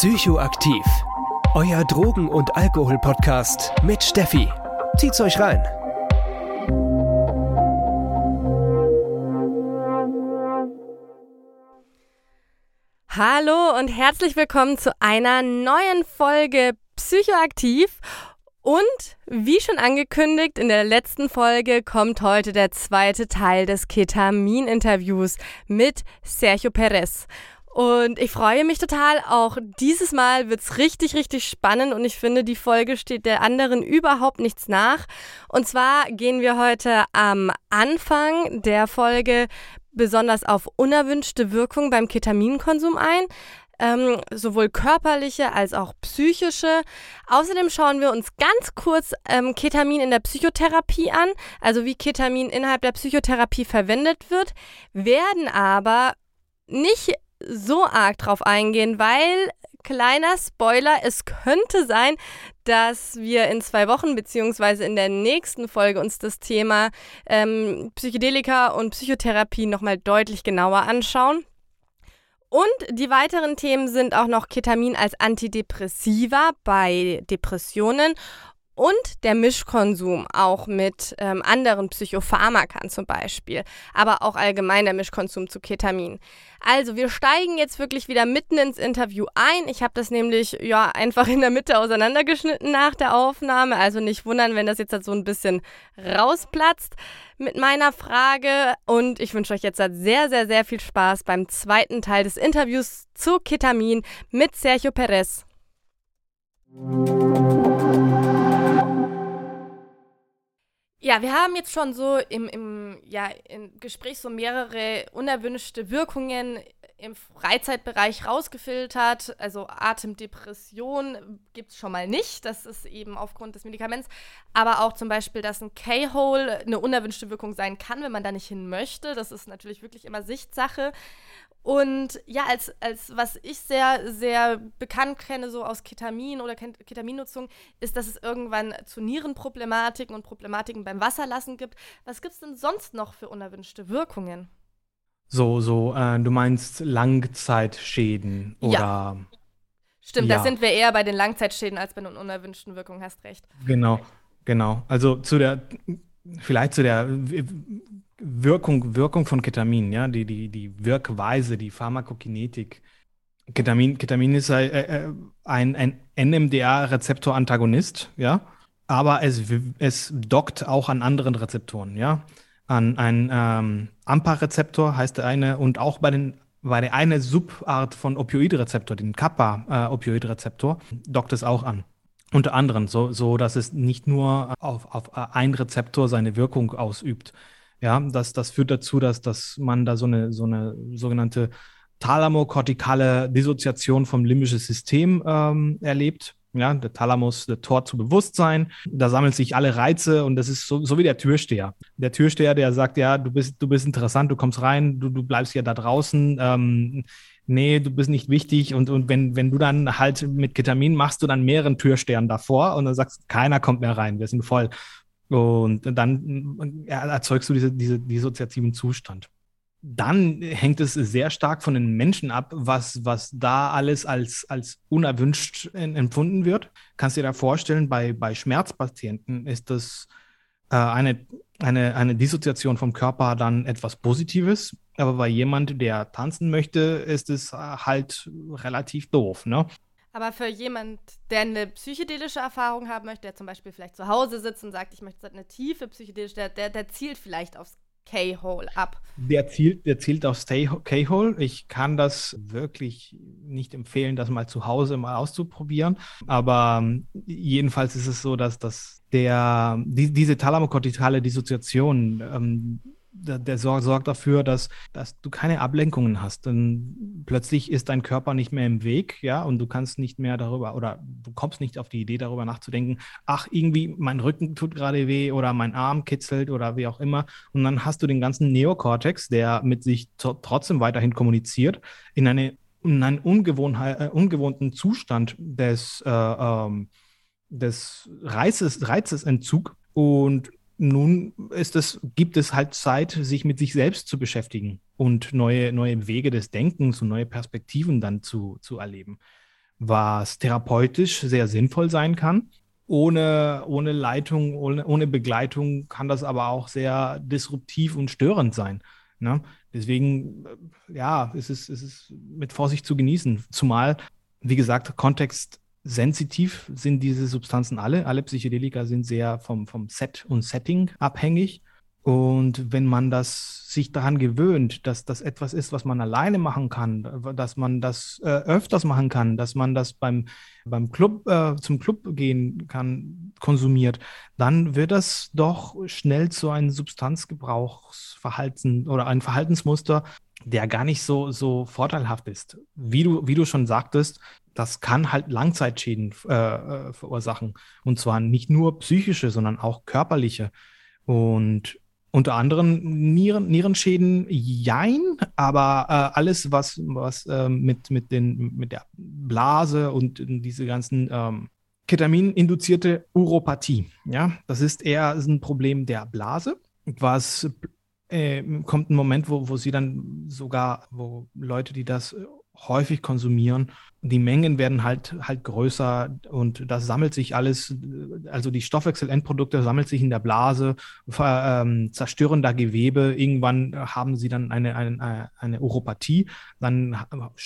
Psychoaktiv. Euer Drogen- und Alkohol-Podcast mit Steffi. Zieht's euch rein. Hallo und herzlich willkommen zu einer neuen Folge Psychoaktiv. Und wie schon angekündigt, in der letzten Folge kommt heute der zweite Teil des Ketamin-Interviews mit Sergio Perez. Und ich freue mich total, auch dieses Mal wird's richtig, richtig spannend und ich finde, die Folge steht der anderen überhaupt nichts nach. Und zwar gehen wir heute am Anfang der Folge besonders auf unerwünschte Wirkung beim Ketaminkonsum ein. Sowohl körperliche als auch psychische. Außerdem schauen wir uns ganz kurz Ketamin in der Psychotherapie an, also wie Ketamin innerhalb der Psychotherapie verwendet wird, werden aber nicht so arg drauf eingehen, weil, kleiner Spoiler, es könnte sein, dass wir in 2 Wochen beziehungsweise in der nächsten Folge uns das Thema Psychedelika und Psychotherapie nochmal deutlich genauer anschauen. Und die weiteren Themen sind auch noch Ketamin als Antidepressiva bei Depressionen und der Mischkonsum, auch mit anderen Psychopharmakern zum Beispiel, aber auch allgemein der Mischkonsum zu Ketamin. Also wir steigen jetzt wirklich wieder mitten ins Interview ein. Ich habe das nämlich einfach in der Mitte auseinandergeschnitten nach der Aufnahme, also nicht wundern, wenn das jetzt halt so ein bisschen rausplatzt mit meiner Frage. Und ich wünsche euch jetzt halt sehr, sehr, sehr viel Spaß beim zweiten Teil des Interviews zu Ketamin mit Sergio Perez. Ja, wir haben jetzt schon so im Gespräch so mehrere unerwünschte Wirkungen im Freizeitbereich rausgefiltert. Also Atemdepression gibt es schon mal nicht, das ist eben aufgrund des Medikaments. Aber auch zum Beispiel, dass ein K-Hole eine unerwünschte Wirkung sein kann, wenn man da nicht hin möchte. Das ist natürlich wirklich immer Sichtsache. Und ja, als was ich sehr, sehr bekannt kenne, so aus Ketamin oder Ketaminnutzung, ist, dass es irgendwann zu Nierenproblematiken und Problematiken beim Wasserlassen gibt. Was gibt es denn sonst noch für unerwünschte Wirkungen? Du meinst Langzeitschäden oder? Ja. Stimmt, Ja. Da sind wir eher bei den Langzeitschäden als bei den unerwünschten Wirkungen, hast recht. Genau. Also vielleicht zu der Wirkung von Ketamin, ja, die Wirkweise, die Pharmakokinetik. Ketamin ist ein NMDA-Rezeptor-Antagonist, ja, aber es dockt auch an anderen Rezeptoren, ja. An einen AMPA-Rezeptor heißt der eine und auch bei der eine Subart von Opioidrezeptor, den Kappa-Opioidrezeptor, dockt es auch an. Unter anderem, so dass es nicht nur auf ein Rezeptor seine Wirkung ausübt. Ja, das führt dazu, dass man da so eine sogenannte thalamokortikale Dissoziation vom limbischen System erlebt. Ja, der Thalamus, der Tor zu Bewusstsein. Da sammeln sich alle Reize und das ist so wie der Türsteher. Der Türsteher, der sagt, ja, du bist interessant, du kommst rein, du bleibst ja da draußen. Nee, du bist nicht wichtig. Und wenn du dann halt mit Ketamin machst du dann mehreren Türstehern davor und dann sagst, keiner kommt mehr rein, wir sind voll. Und dann erzeugst du diese dissoziativen Zustand. Dann hängt es sehr stark von den Menschen ab, was da alles als unerwünscht empfunden wird. Kannst du dir da vorstellen, bei Schmerzpatienten ist das eine Dissoziation vom Körper dann etwas Positives, aber bei jemand, der tanzen möchte, ist es halt relativ doof, ne? Aber für jemand, der eine psychedelische Erfahrung haben möchte, der zum Beispiel vielleicht zu Hause sitzt und sagt, ich möchte eine tiefe psychedelische, der zielt vielleicht aufs K-Hole ab. Der zielt aufs K-Hole. Ich kann das wirklich nicht empfehlen, das mal zu Hause mal auszuprobieren. Aber jedenfalls ist es so, dass diese thalamokortikale Dissoziation der sorgt dafür, dass du keine Ablenkungen hast. Denn plötzlich ist dein Körper nicht mehr im Weg, ja, und du kannst nicht mehr darüber oder du kommst nicht auf die Idee, darüber nachzudenken, ach, irgendwie mein Rücken tut gerade weh oder mein Arm kitzelt oder wie auch immer. Und dann hast du den ganzen Neokortex, der mit sich trotzdem weiterhin kommuniziert, in einen ungewohnten Zustand des Reizesentzug. Und nun gibt es halt Zeit, sich mit sich selbst zu beschäftigen und neue Wege des Denkens und neue Perspektiven dann zu erleben. was therapeutisch sehr sinnvoll sein kann. Ohne Leitung, ohne Begleitung kann das aber auch sehr disruptiv und störend sein. Ne? Deswegen, ja, es ist mit Vorsicht zu genießen. Zumal, wie gesagt, kontextsensitiv sind diese Substanzen alle. Alle Psychedelika sind sehr vom Set und Setting abhängig. Und wenn man sich daran gewöhnt, dass das etwas ist, was man alleine machen kann, dass man das öfters machen kann, dass man das beim Club, zum Club gehen kann, konsumiert, dann wird das doch schnell zu einem Substanzgebrauchsverhalten oder ein Verhaltensmuster, der gar nicht so vorteilhaft ist. Wie du schon sagtest, das kann halt Langzeitschäden verursachen. Und zwar nicht nur psychische, sondern auch körperliche. Und unter anderem Nierenschäden, jein, aber alles, was mit der Blase und diese ganzen Ketamin-induzierte Uropathie, ja, das ist ein Problem der Blase, was kommt ein Moment, wo sie dann sogar, wo Leute, die das häufig konsumieren, die Mengen werden halt größer und das sammelt sich alles, also die Stoffwechselendprodukte sammelt sich in der Blase, zerstören da Gewebe. Irgendwann haben sie dann eine Uropathie, dann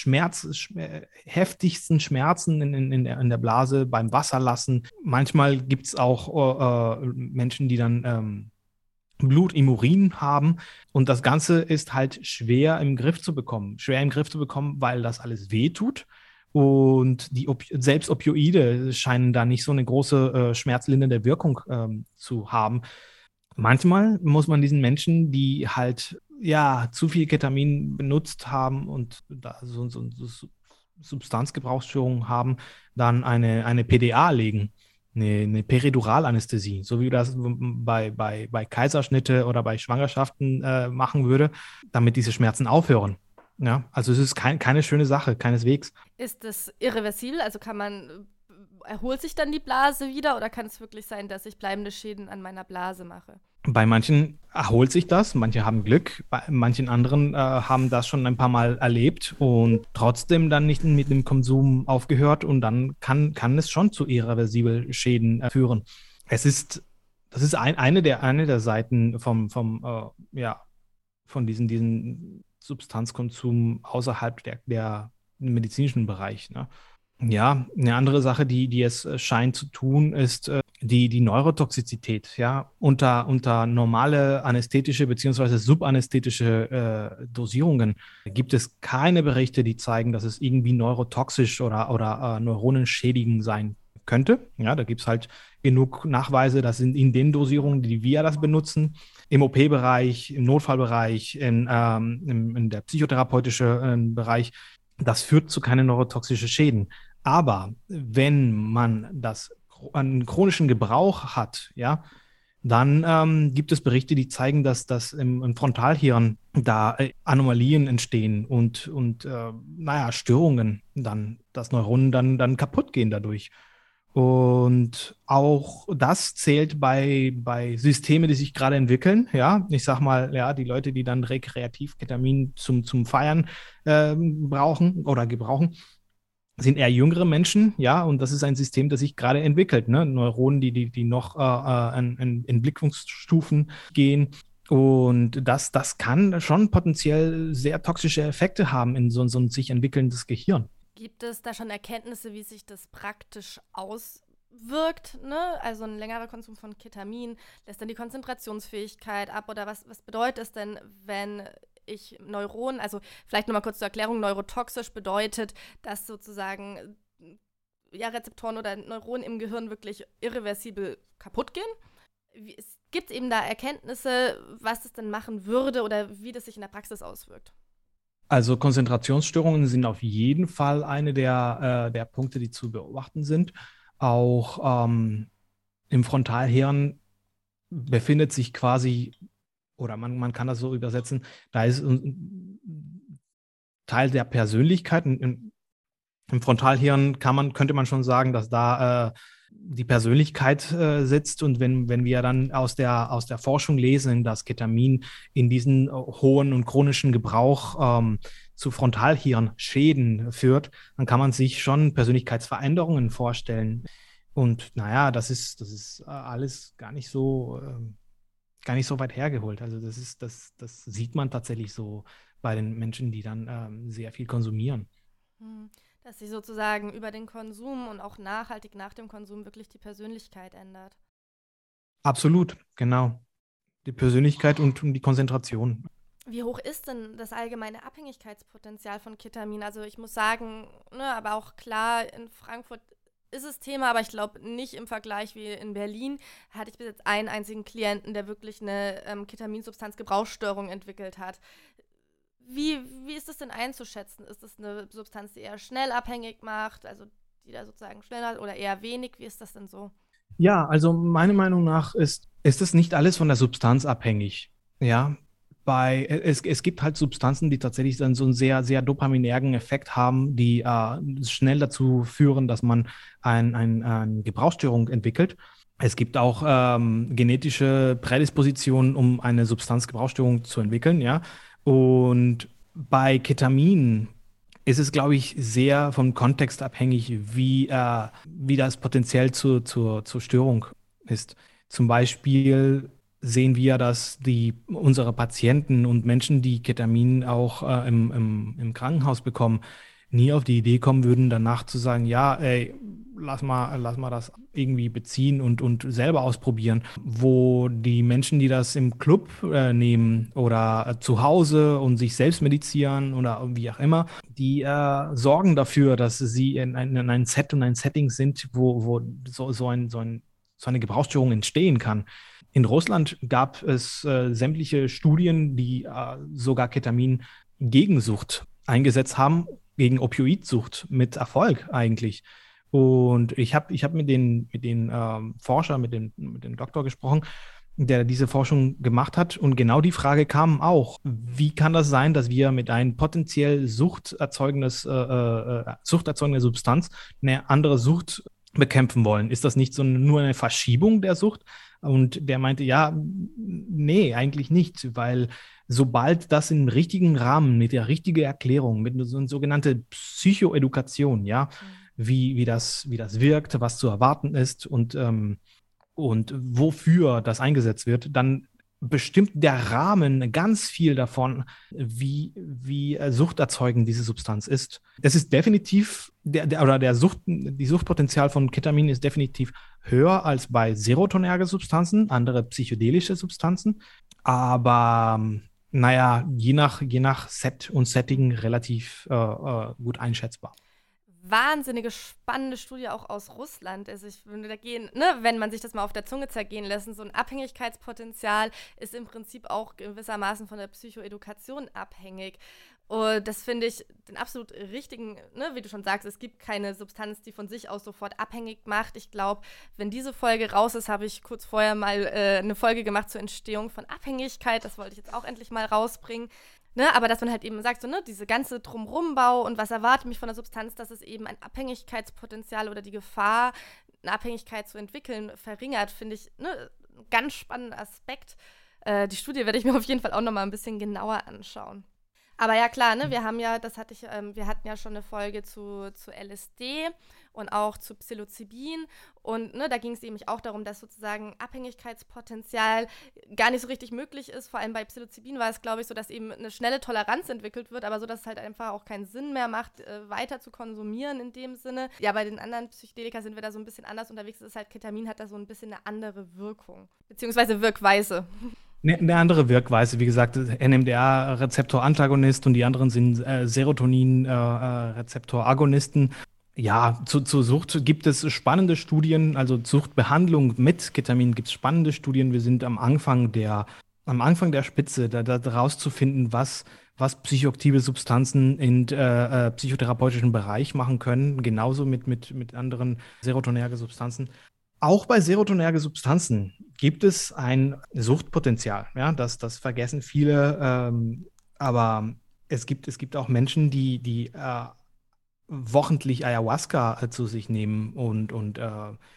heftigsten Schmerzen in der Blase beim Wasserlassen. Manchmal gibt es auch Menschen, die dann Blut im Urin haben. Und das Ganze ist halt schwer im Griff zu bekommen. Schwer im Griff zu bekommen, weil das alles wehtut. Und selbst Opioide scheinen da nicht so eine große schmerzlindernde Wirkung zu haben. Manchmal muss man diesen Menschen, die halt ja zu viel Ketamin benutzt haben und da so Substanzgebrauchsstörungen haben, dann eine PDA legen. Eine Periduralanästhesie, so wie das bei Kaiserschnitte oder bei Schwangerschaften machen würde, damit diese Schmerzen aufhören. Ja, also es ist keine schöne Sache, keineswegs. Ist das irreversibel? Also erholt sich dann die Blase wieder oder kann es wirklich sein, dass ich bleibende Schäden an meiner Blase mache? Bei manchen erholt sich das, manche haben Glück, bei manchen anderen haben das schon ein paar Mal erlebt und trotzdem dann nicht mit dem Konsum aufgehört und dann kann es schon zu irreversibel Schäden führen. Das ist eine der Seiten von diesen Substanzkonsum außerhalb der medizinischen Bereich. Ne? Ja, eine andere Sache, die es scheint zu tun, ist die Neurotoxizität. Ja, unter normale anästhetische bzw. subanästhetische Dosierungen gibt es keine Berichte, die zeigen, dass es irgendwie neurotoxisch oder neuronenschädigend sein könnte. Ja, da gibt es halt genug Nachweise, das sind in den Dosierungen, die wir das benutzen, im OP-Bereich, im Notfallbereich, in der psychotherapeutische Bereich. Das führt zu keinen neurotoxischen Schäden. Aber wenn man einen chronischen Gebrauch hat, ja, dann gibt es Berichte, die zeigen, dass im Frontalhirn da Anomalien entstehen und Störungen dann, dass Neuronen dann kaputt gehen dadurch. Und auch das zählt bei Systemen, die sich gerade entwickeln. Ja, ich sag mal, ja, die Leute, die dann rekreativ Ketamin zum Feiern brauchen oder gebrauchen, sind eher jüngere Menschen, ja, und das ist ein System, das sich gerade entwickelt, ne? Neuronen, die noch in Entwicklungsstufen gehen. Und das kann schon potenziell sehr toxische Effekte haben in so ein sich entwickelndes Gehirn. Gibt es da schon Erkenntnisse, wie sich das praktisch auswirkt? Ne? Also ein längerer Konsum von Ketamin lässt dann die Konzentrationsfähigkeit ab oder was bedeutet es denn, wenn ich Neuronen, also vielleicht nochmal kurz zur Erklärung, neurotoxisch bedeutet, dass sozusagen Rezeptoren oder Neuronen im Gehirn wirklich irreversibel kaputt gehen. Gibt es eben da Erkenntnisse, was das denn machen würde oder wie das sich in der Praxis auswirkt? Also Konzentrationsstörungen sind auf jeden Fall eine der Punkte, die zu beobachten sind. Auch im Frontalhirn befindet sich quasi, oder man kann das so übersetzen, da ist ein Teil der Persönlichkeit. Im Frontalhirn könnte man schon sagen, dass da die Persönlichkeit sitzt. Und wenn wir dann aus der Forschung lesen, dass Ketamin in diesen hohen und chronischen Gebrauch zu Frontalhirnschäden führt, dann kann man sich schon Persönlichkeitsveränderungen vorstellen. Und naja, das ist alles gar nicht so weit hergeholt. Also das sieht man tatsächlich so bei den Menschen, die dann sehr viel konsumieren. Dass sich sozusagen über den Konsum und auch nachhaltig nach dem Konsum wirklich die Persönlichkeit ändert. Absolut, genau. Die Persönlichkeit und die Konzentration. Wie hoch ist denn das allgemeine Abhängigkeitspotenzial von Ketamin? Also ich muss sagen, ne, aber auch klar, in Frankfurt ist es Thema, aber ich glaube nicht im Vergleich wie in Berlin. Hatte ich bis jetzt einen einzigen Klienten, der wirklich eine Ketaminsubstanzgebrauchsstörung entwickelt hat. Wie ist das denn einzuschätzen? Ist das eine Substanz, die eher schnell abhängig macht, also die da sozusagen schneller oder eher wenig? Wie ist das denn so? Ja, also meiner Meinung nach ist es nicht alles von der Substanz abhängig. Ja, es gibt halt Substanzen, die tatsächlich dann so einen sehr, sehr dopaminergen Effekt haben, die schnell dazu führen, dass man eine Gebrauchsstörung entwickelt. Es gibt auch genetische Prädispositionen, um eine Substanzgebrauchsstörung zu entwickeln, ja. Und bei Ketamin ist es, glaube ich, sehr vom Kontext abhängig, wie das potenziell zur Störung ist. Zum Beispiel sehen wir, dass unsere Patienten und Menschen, die Ketamin auch im Krankenhaus bekommen, nie auf die Idee kommen würden, danach zu sagen, ja, ey, lass mal das irgendwie beziehen und selber ausprobieren. Wo die Menschen, die das im Club nehmen oder zu Hause und sich selbst medizieren oder wie auch immer, die sorgen dafür, dass sie in ein Set und ein Setting sind, wo so eine Gebrauchsstörung entstehen kann. In Russland gab es sämtliche Studien, die sogar Ketamin gegen Sucht eingesetzt haben, gegen Opioidsucht mit Erfolg eigentlich. Und ich hab mit den Forscher, mit dem Doktor gesprochen, der diese Forschung gemacht hat. Und genau die Frage kam auch: Wie kann das sein, dass wir mit einem potenziell suchterzeugende Substanz eine andere Sucht bekämpfen wollen? Ist das nicht nur eine Verschiebung der Sucht? Und der meinte, ja, nee, eigentlich nicht, weil sobald das im richtigen Rahmen, mit der richtigen Erklärung, mit so einer sogenannten Psychoedukation, ja, wie das wirkt, was zu erwarten ist und wofür das eingesetzt wird, dann bestimmt der Rahmen ganz viel davon, wie suchterzeugend diese Substanz ist. Es ist definitiv, die Suchtpotenzial von Ketamin ist definitiv höher als bei serotonerge Substanzen, andere psychedelische Substanzen, aber naja, je nach Set und Setting relativ gut einschätzbar. Wahnsinnige spannende Studie auch aus Russland. Also ich finde, da gehen, ne, wenn man sich das mal auf der Zunge zergehen lässt, so ein Abhängigkeitspotenzial ist im Prinzip auch gewissermaßen von der Psychoedukation abhängig. Und das finde ich den absolut richtigen, ne, wie du schon sagst, es gibt keine Substanz, die von sich aus sofort abhängig macht. Ich glaube, wenn diese Folge raus ist, habe ich kurz vorher mal eine Folge gemacht zur Entstehung von Abhängigkeit. Das wollte ich jetzt auch endlich mal rausbringen. Ne, aber dass man halt eben sagt, so, ne, diese ganze Drumrumbau und was erwartet mich von der Substanz, dass es eben ein Abhängigkeitspotenzial oder die Gefahr, eine Abhängigkeit zu entwickeln, verringert, finde ich, ne, ein ganz spannender Aspekt. Die Studie werde ich mir auf jeden Fall auch nochmal ein bisschen genauer anschauen. Aber ja, klar, ne, wir hatten ja schon eine Folge zu LSD und auch zu Psilocybin und ne, da ging es eben auch darum, dass sozusagen Abhängigkeitspotenzial gar nicht so richtig möglich ist. Vor allem bei Psilocybin war es, glaube ich, so, dass eben eine schnelle Toleranz entwickelt wird, aber so, dass es halt einfach auch keinen Sinn mehr macht, weiter zu konsumieren in dem Sinne. Ja, bei den anderen Psychedelika sind wir da so ein bisschen anders unterwegs. Es ist halt, Ketamin hat da so ein bisschen eine andere Wirkung, beziehungsweise Wirkweise. Eine andere Wirkweise, wie gesagt, NMDA-Rezeptor-Antagonist und die anderen sind Serotonin-Rezeptor-Agonisten. Ja, zur Sucht gibt es spannende Studien, also Suchtbehandlung mit Ketamin gibt es spannende Studien. Wir sind am Anfang der Spitze, da rauszufinden, was psychoaktive Substanzen im psychotherapeutischen Bereich machen können, genauso mit anderen serotonergen Substanzen. Auch bei serotonergen Substanzen gibt es ein Suchtpotenzial. Ja, das vergessen viele. Aber es gibt auch Menschen, die wochentlich Ayahuasca zu sich nehmen und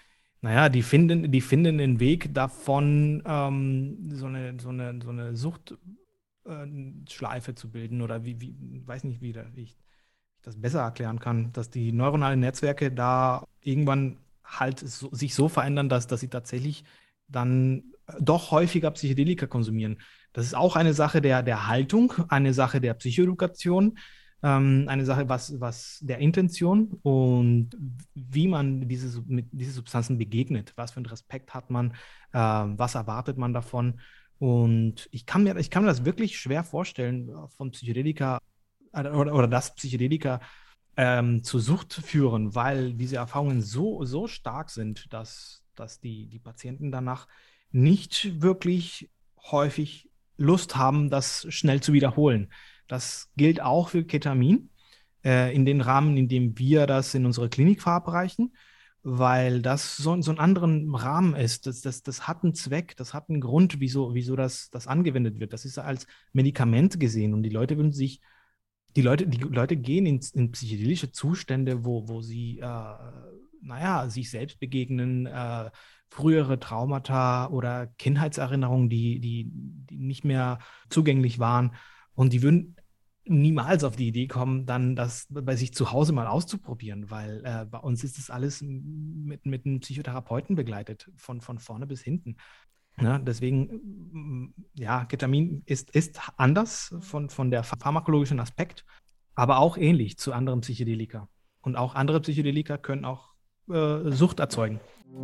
Naja, die finden den Weg davon, so eine Suchtschleife zu bilden oder weiß nicht, wie ich das besser erklären kann, dass die neuronalen Netzwerke da irgendwann halt sich so verändern, dass sie tatsächlich dann doch häufiger Psychedelika konsumieren. Das ist auch eine Sache der Haltung, eine Sache der Psychoedukation, eine Sache was der Intention und wie man mit diese Substanzen begegnet. Was für einen Respekt hat man, was erwartet man davon? Und ich kann mir das wirklich schwer vorstellen, von Psychedelika oder dass Psychedelika zur Sucht führen, weil diese Erfahrungen so stark sind, dass die Patienten danach nicht wirklich häufig Lust haben, das schnell zu wiederholen. Das gilt auch für Ketamin, in den Rahmen, in dem wir das in unsere Klinik verabreichen, weil das so einen anderen Rahmen ist. Das hat einen Zweck, das hat einen Grund, wieso das angewendet wird. Das ist als Medikament gesehen und die Leute gehen in psychedelische Zustände, wo sie, sich selbst begegnen, frühere Traumata oder Kindheitserinnerungen, die nicht mehr zugänglich waren. Und die würden niemals auf die Idee kommen, dann das bei sich zu Hause mal auszuprobieren, weil bei uns ist das alles mit einem Psychotherapeuten begleitet, von vorne bis hinten. Ja, deswegen, ja, Ketamin ist anders von der pharmakologischen Aspekt, aber auch ähnlich zu anderen Psychedelika. Und auch andere Psychedelika können auch Sucht erzeugen.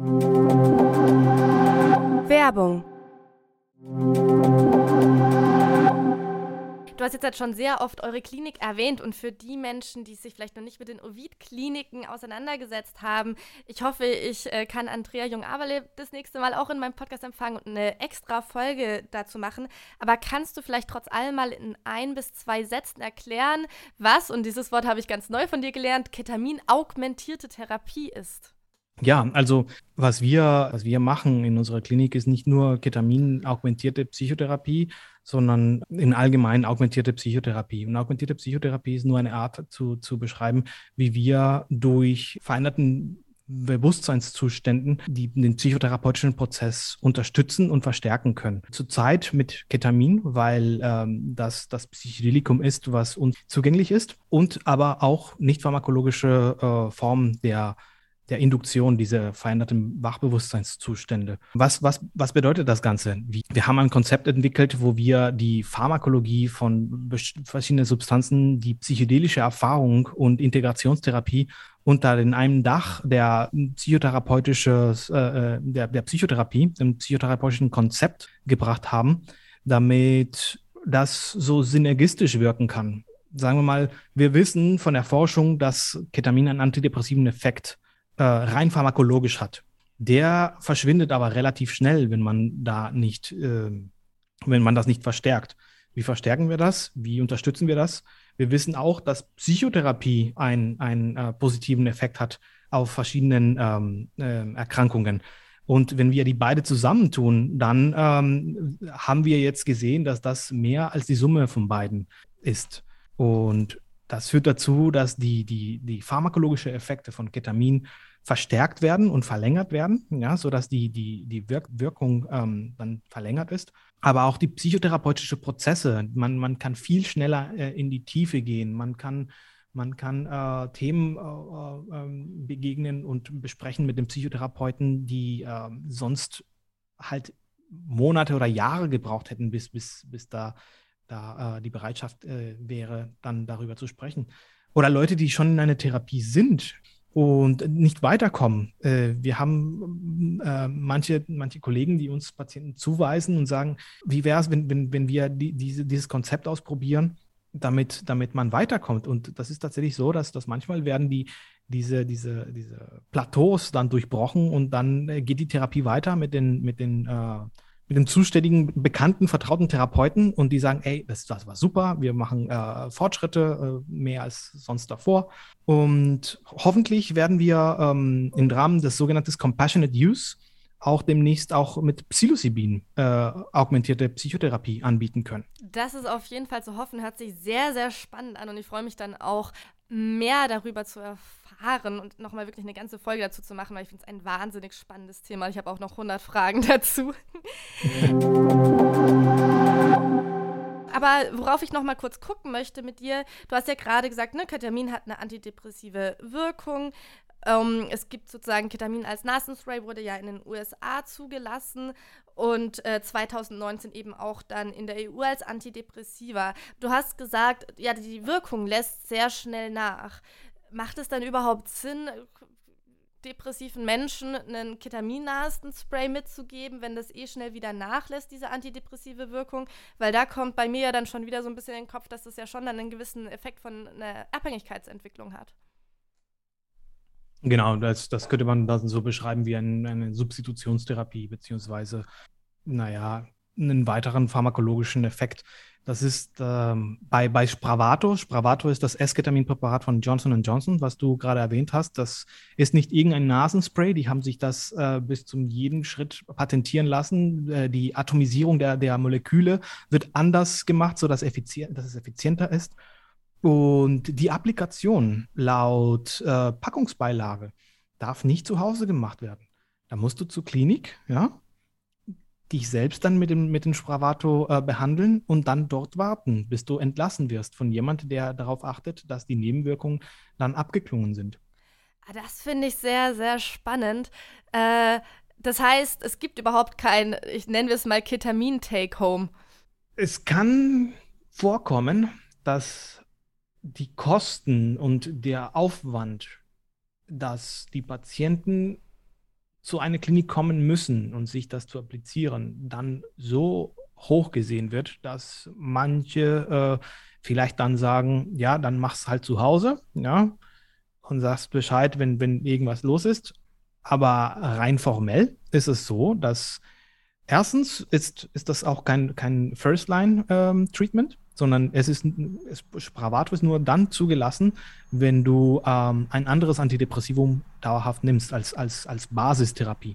Werbung. Du hast jetzt halt schon sehr oft eure Klinik erwähnt und für die Menschen, die sich vielleicht noch nicht mit den Ovid-Kliniken auseinandergesetzt haben, ich hoffe, ich kann Andrea Jung-Aberle das nächste Mal auch in meinem Podcast empfangen und eine extra Folge dazu machen. Aber kannst du vielleicht trotz allem mal in 1 bis 2 Sätzen erklären, was, und dieses Wort habe ich ganz neu von dir gelernt, Ketamin-augmentierte Therapie ist? Ja, also was wir machen in unserer Klinik ist nicht nur Ketamin-augmentierte Psychotherapie, sondern in allgemein augmentierte Psychotherapie. Und augmentierte Psychotherapie ist nur eine Art zu beschreiben, wie wir durch veränderten Bewusstseinszuständen den psychotherapeutischen Prozess unterstützen und verstärken können. Zurzeit mit Ketamin, weil das Psychedelikum ist, was uns zugänglich ist, und aber auch nicht pharmakologische Formen der Induktion, diese veränderten Wachbewusstseinszustände. Was bedeutet das Ganze? Wir haben ein Konzept entwickelt, wo wir die Pharmakologie von verschiedenen Substanzen, die psychedelische Erfahrung und Integrationstherapie unter einem Dach der Psychotherapie, dem psychotherapeutischen Konzept gebracht haben, damit das so synergistisch wirken kann. Sagen wir mal, wir wissen von der Forschung, dass Ketamin einen antidepressiven Effekt rein pharmakologisch hat. Der verschwindet aber relativ schnell, wenn man das nicht verstärkt. Wie verstärken wir das? Wie unterstützen wir das? Wir wissen auch, dass Psychotherapie einen positiven Effekt hat auf verschiedenen Erkrankungen. Und wenn wir die beide zusammentun, dann haben wir jetzt gesehen, dass das mehr als die Summe von beiden ist. Und das führt dazu, dass die pharmakologischen Effekte von Ketamin verstärkt werden und verlängert werden, ja, sodass die Wirkung dann verlängert ist. Aber auch die psychotherapeutischen Prozesse, man kann viel schneller in die Tiefe gehen, man kann Themen begegnen und besprechen mit dem Psychotherapeuten, die sonst halt Monate oder Jahre gebraucht hätten, bis da die Bereitschaft wäre, dann darüber zu sprechen. Oder Leute, die schon in einer Therapie sind und nicht weiterkommen. Wir haben manche Kollegen, die uns Patienten zuweisen und sagen, wie wäre es, wenn wir dieses Konzept ausprobieren, damit man weiterkommt. Und das ist tatsächlich so, dass manchmal werden diese Plateaus dann durchbrochen und dann geht die Therapie weiter mit dem zuständigen, bekannten, vertrauten Therapeuten und die sagen, ey, das war super, wir machen Fortschritte, mehr als sonst davor. Und hoffentlich werden wir im Rahmen des sogenannten Compassionate Use auch demnächst auch mit Psilocybin augmentierte Psychotherapie anbieten können. Das ist auf jeden Fall zu hoffen, hört sich sehr, sehr spannend an und ich freue mich dann auch, mehr darüber zu erfahren und nochmal wirklich eine ganze Folge dazu zu machen, weil ich finde es ein wahnsinnig spannendes Thema. Ich habe auch noch 100 Fragen dazu. Aber worauf ich noch mal kurz gucken möchte mit dir, du hast ja gerade gesagt, ne, Ketamin hat eine antidepressive Wirkung. Es gibt sozusagen Ketamin als Nasenspray, wurde ja in den USA zugelassen und 2019 eben auch dann in der EU als Antidepressiva. Du hast gesagt, ja, die Wirkung lässt sehr schnell nach. Macht es dann überhaupt Sinn, depressiven Menschen einen Ketamin-Nasenspray mitzugeben, wenn das schnell wieder nachlässt, diese antidepressive Wirkung? Weil da kommt bei mir ja dann schon wieder so ein bisschen in den Kopf, dass das ja schon dann einen gewissen Effekt von einer Abhängigkeitsentwicklung hat. Genau, das könnte man dann so beschreiben wie eine Substitutionstherapie, beziehungsweise, naja, einen weiteren pharmakologischen Effekt. Das ist bei Spravato. Spravato ist das Esketamine-Präparat von Johnson & Johnson, was du gerade erwähnt hast. Das ist nicht irgendein Nasenspray. Die haben sich das bis zum jeden Schritt patentieren lassen. Die Atomisierung der Moleküle wird anders gemacht, sodass es effizienter ist. Und die Applikation laut Packungsbeilage darf nicht zu Hause gemacht werden. Da musst du zur Klinik, ja, dich selbst dann mit dem Spravato behandeln und dann dort warten, bis du entlassen wirst von jemandem, der darauf achtet, dass die Nebenwirkungen dann abgeklungen sind. Das finde ich sehr, sehr spannend. Das heißt, es gibt überhaupt kein, ich nenne es mal Ketamin-Take-Home. Es kann vorkommen, dass die Kosten und der Aufwand, dass die Patienten zu einer Klinik kommen müssen und sich das zu applizieren, dann so hoch gesehen wird, dass manche vielleicht dann sagen, ja, dann mach's halt zu Hause, ja, und sagst Bescheid, wenn irgendwas los ist. Aber rein formell ist es so, dass erstens ist das auch kein First-Line-Treatment, sondern Spravato ist nur dann zugelassen, wenn du ein anderes Antidepressivum dauerhaft nimmst als Basistherapie.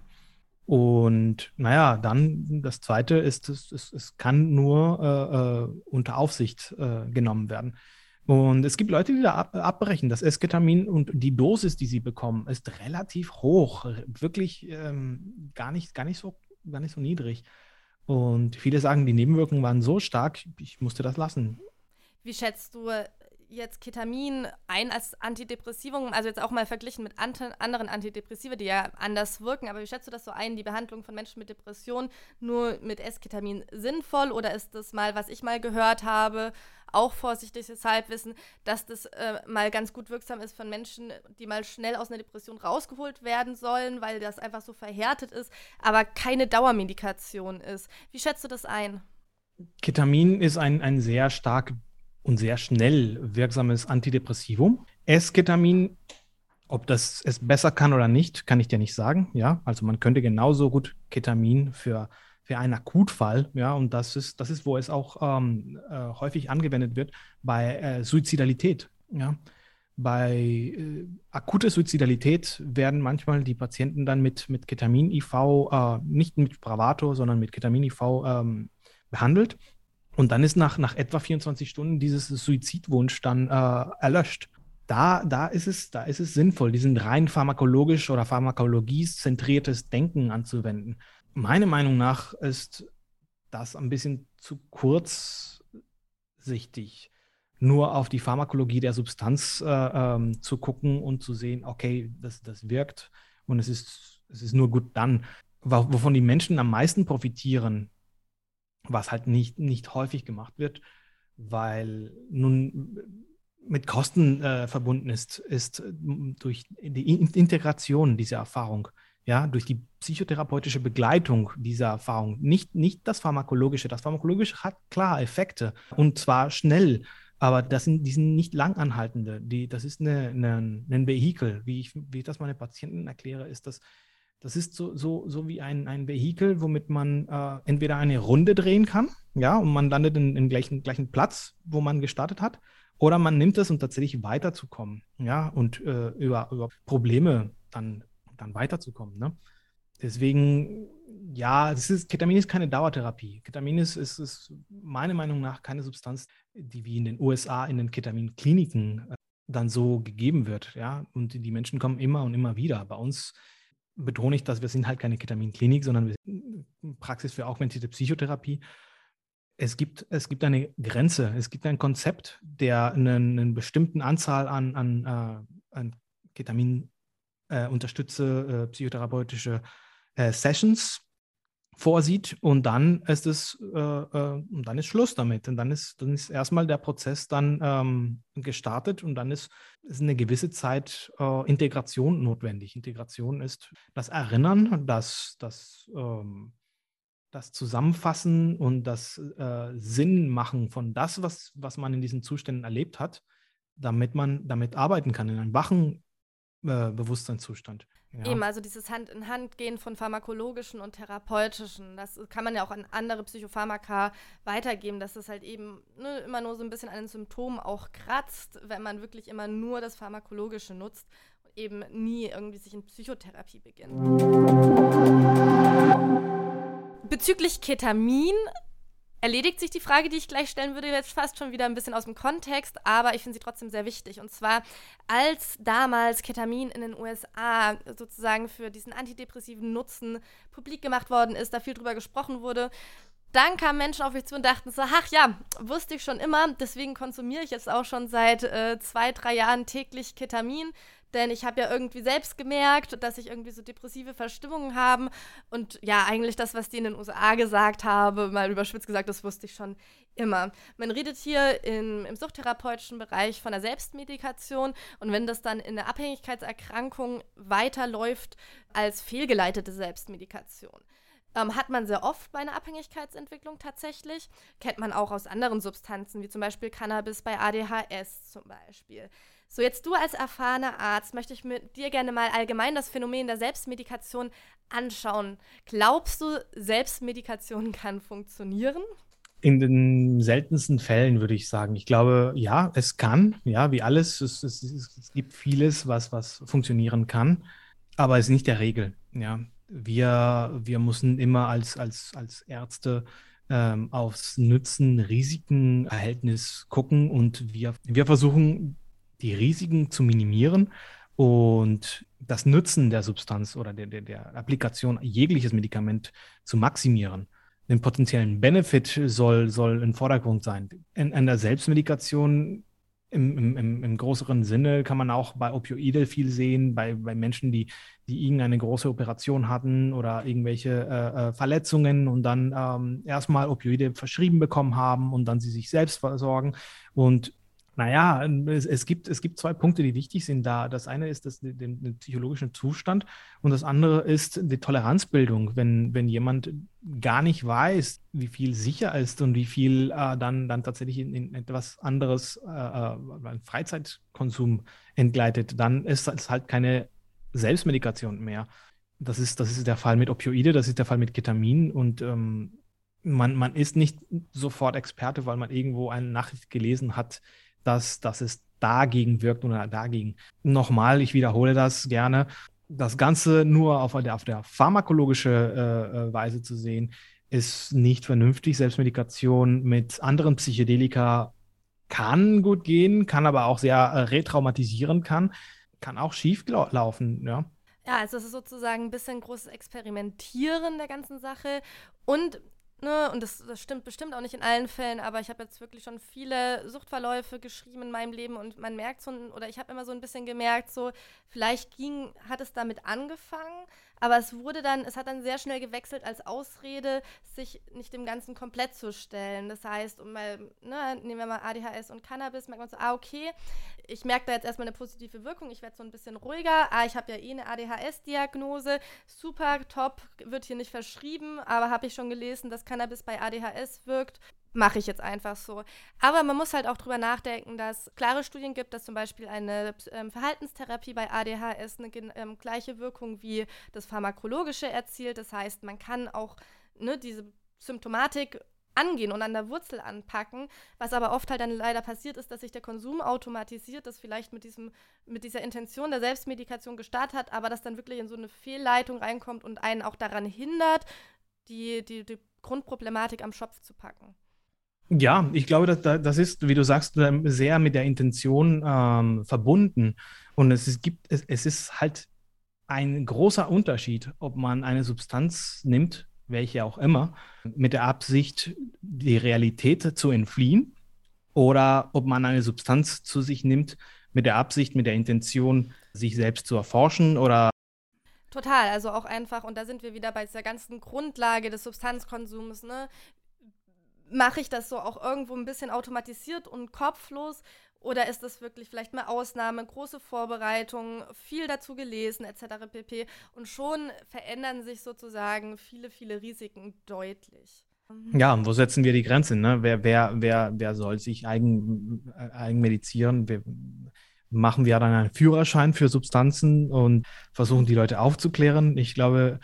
Und naja, dann das Zweite ist, es kann nur unter Aufsicht genommen werden. Und es gibt Leute, die da abbrechen. Das Esketamin und die Dosis, die sie bekommen, ist relativ hoch, wirklich gar nicht so niedrig. Und viele sagen, die Nebenwirkungen waren so stark, ich musste das lassen. Wie schätzt du jetzt Ketamin ein als Antidepressivum? Also jetzt auch mal verglichen mit anderen Antidepressiva, die ja anders wirken. Aber wie schätzt du das so ein, die Behandlung von Menschen mit Depressionen nur mit Esketamin sinnvoll? Oder ist das mal, was ich mal gehört habe, auch vorsichtiges Halbwissen, dass das mal ganz gut wirksam ist von Menschen, die mal schnell aus einer Depression rausgeholt werden sollen, weil das einfach so verhärtet ist, aber keine Dauermedikation ist. Wie schätzt du das ein? Ketamin ist ein sehr stark und sehr schnell wirksames Antidepressivum. Esketamin, ob das es besser kann oder nicht, kann ich dir nicht sagen. Ja, also man könnte genauso gut Ketamin für einen Akutfall, ja, und das ist, wo es auch häufig angewendet wird, bei Suizidalität, ja. Bei akuter Suizidalität werden manchmal die Patienten dann mit Ketamin-IV, nicht mit Spravato, sondern mit Ketamin-IV behandelt. Und dann ist nach etwa 24 Stunden dieses Suizidwunsch dann erlöscht. Da ist es sinnvoll, diesen rein pharmakologisch oder pharmakologie-zentriertes Denken anzuwenden. Meiner Meinung nach ist das ein bisschen zu kurzsichtig, nur auf die Pharmakologie der Substanz zu gucken und zu sehen, okay, das wirkt und es ist nur gut dann. Wovon die Menschen am meisten profitieren, was halt nicht häufig gemacht wird, weil nun mit Kosten verbunden ist durch die Integration dieser Erfahrung, ja, durch die psychotherapeutische Begleitung dieser Erfahrung, nicht das Pharmakologische. Das Pharmakologische hat klar Effekte und zwar schnell, aber die sind nicht langanhaltende. Das ist ein Vehikel, wie ich das meinen Patienten erkläre, ist das ist so wie ein Vehikel, womit man entweder eine Runde drehen kann, ja, und man landet im gleichen Platz, wo man gestartet hat, oder man nimmt es, um tatsächlich weiterzukommen, ja, und über Probleme dann weiterzukommen, ne? Deswegen, ja, Ketamin ist keine Dauertherapie. Ketamin ist meiner Meinung nach keine Substanz, die wie in den USA in den Ketaminkliniken dann so gegeben wird. Ja? Und die Menschen kommen immer und immer wieder. Bei uns betone ich, dass wir sind halt keine Ketaminklinik, sondern wir sind Praxis für augmentierte Psychotherapie. Es gibt eine Grenze, es gibt ein Konzept, der eine bestimmte Anzahl an Ketamin psychotherapeutische Sessions vorsieht und dann ist Schluss damit. Und dann ist erstmal der Prozess dann gestartet und dann ist eine gewisse Zeit Integration notwendig. Integration ist das Erinnern, das Zusammenfassen und das Sinn machen von das, was man in diesen Zuständen erlebt hat, damit man damit arbeiten kann, in einem wachen Bewusstseinszustand. Ja. Eben, also dieses Hand-in-Hand-Gehen von pharmakologischen und therapeutischen, das kann man ja auch an andere Psychopharmaka weitergeben, dass es halt eben immer nur so ein bisschen an den Symptomen auch kratzt, wenn man wirklich immer nur das Pharmakologische nutzt und eben nie irgendwie sich in Psychotherapie beginnt. Bezüglich Ketamin erledigt sich die Frage, die ich gleich stellen würde, jetzt fast schon wieder ein bisschen aus dem Kontext, aber ich finde sie trotzdem sehr wichtig. Und zwar, als damals Ketamin in den USA sozusagen für diesen antidepressiven Nutzen publik gemacht worden ist, da viel drüber gesprochen wurde, dann kamen Menschen auf mich zu und dachten so, ach ja, wusste ich schon immer, deswegen konsumiere ich jetzt auch schon seit 2-3 Jahren täglich Ketamin, denn ich habe ja irgendwie selbst gemerkt, dass ich irgendwie so depressive Verstimmungen habe und ja, eigentlich das, was die in den USA gesagt haben, mal überspitzt gesagt, das wusste ich schon immer. Man redet hier im suchttherapeutischen Bereich von der Selbstmedikation und wenn das dann in der Abhängigkeitserkrankung weiterläuft als fehlgeleitete Selbstmedikation. Hat man sehr oft bei einer Abhängigkeitsentwicklung tatsächlich. Kennt man auch aus anderen Substanzen, wie zum Beispiel Cannabis bei ADHS zum Beispiel. So, jetzt du als erfahrener Arzt, möchte ich mit dir gerne mal allgemein das Phänomen der Selbstmedikation anschauen. Glaubst du, Selbstmedikation kann funktionieren? In den seltensten Fällen würde ich sagen. Ich glaube, ja, es kann, ja, wie alles. Es gibt vieles, was funktionieren kann, aber es ist nicht der Regel, ja. Wir müssen immer als Ärzte aufs Nutzen-Risiken-Verhältnis gucken und wir versuchen, die Risiken zu minimieren und das Nutzen der Substanz oder der Applikation jegliches Medikament zu maximieren. Den potenziellen Benefit soll im Vordergrund sein. In der Selbstmedikation im größeren Sinne kann man auch bei Opioide viel sehen, bei Menschen, die irgendeine große Operation hatten oder irgendwelche Verletzungen und dann erstmal Opioide verschrieben bekommen haben und dann sie sich selbst versorgen. Und naja, es gibt 2 Punkte, die wichtig sind da. Das eine ist den psychologischen Zustand und das andere ist die Toleranzbildung. Wenn jemand gar nicht weiß, wie viel sicher ist und wie viel dann tatsächlich in etwas anderes, Freizeitkonsum entgleitet, dann ist es halt keine Selbstmedikation mehr. Das ist der Fall mit Opioide, das ist der Fall mit Ketamin und man ist nicht sofort Experte, weil man irgendwo eine Nachricht gelesen hat, dass es dagegen wirkt oder dagegen. Nochmal, ich wiederhole das gerne. Das Ganze nur auf der pharmakologische Weise zu sehen, ist nicht vernünftig. Selbstmedikation mit anderen Psychedelika kann gut gehen, kann aber auch sehr retraumatisieren kann auch schief laufen, ja. Ja, also es ist sozusagen ein bisschen großes Experimentieren der ganzen Sache und und das stimmt bestimmt auch nicht in allen Fällen, aber ich habe jetzt wirklich schon viele Suchtverläufe geschrieben in meinem Leben und man merkt so, oder ich habe immer so ein bisschen gemerkt, so vielleicht hat es damit angefangen, aber es hat dann sehr schnell gewechselt als Ausrede, sich nicht dem Ganzen komplett zu stellen. Das heißt, nehmen wir mal ADHS und Cannabis, merkt man so, okay, ich merke da jetzt erstmal eine positive Wirkung, ich werde so ein bisschen ruhiger, ich habe ja eine ADHS-Diagnose, super, top, wird hier nicht verschrieben, aber habe ich schon gelesen, dass Cannabis bei ADHS wirkt, mache ich jetzt einfach so. Aber man muss halt auch drüber nachdenken, dass es klare Studien gibt, dass zum Beispiel eine Verhaltenstherapie bei ADHS eine gleiche Wirkung wie das Pharmakologische erzielt. Das heißt, man kann auch diese Symptomatik angehen und an der Wurzel anpacken. Was aber oft halt dann leider passiert ist, dass sich der Konsum automatisiert, das vielleicht mit dieser Intention der Selbstmedikation gestartet hat, aber das dann wirklich in so eine Fehlleitung reinkommt und einen auch daran hindert, die Grundproblematik am Schopf zu packen. Ja, ich glaube, das ist, wie du sagst, sehr mit der Intention verbunden. Und es ist halt ein großer Unterschied, ob man eine Substanz nimmt, welche auch immer, mit der Absicht, die Realität zu entfliehen, oder ob man eine Substanz zu sich nimmt, mit der Absicht, mit der Intention, sich selbst zu erforschen oder. Total, also auch einfach, und da sind wir wieder bei dieser ganzen Grundlage des Substanzkonsums, ne? Mache ich das so auch irgendwo ein bisschen automatisiert und kopflos oder ist das wirklich vielleicht mal Ausnahme, große Vorbereitung, viel dazu gelesen etc. pp. Und schon verändern sich sozusagen viele, viele Risiken deutlich. Ja, und wo setzen wir die Grenze? Ne? Wer soll sich eigenmedizieren? Machen wir dann einen Führerschein für Substanzen und versuchen die Leute aufzuklären? Ich glaube,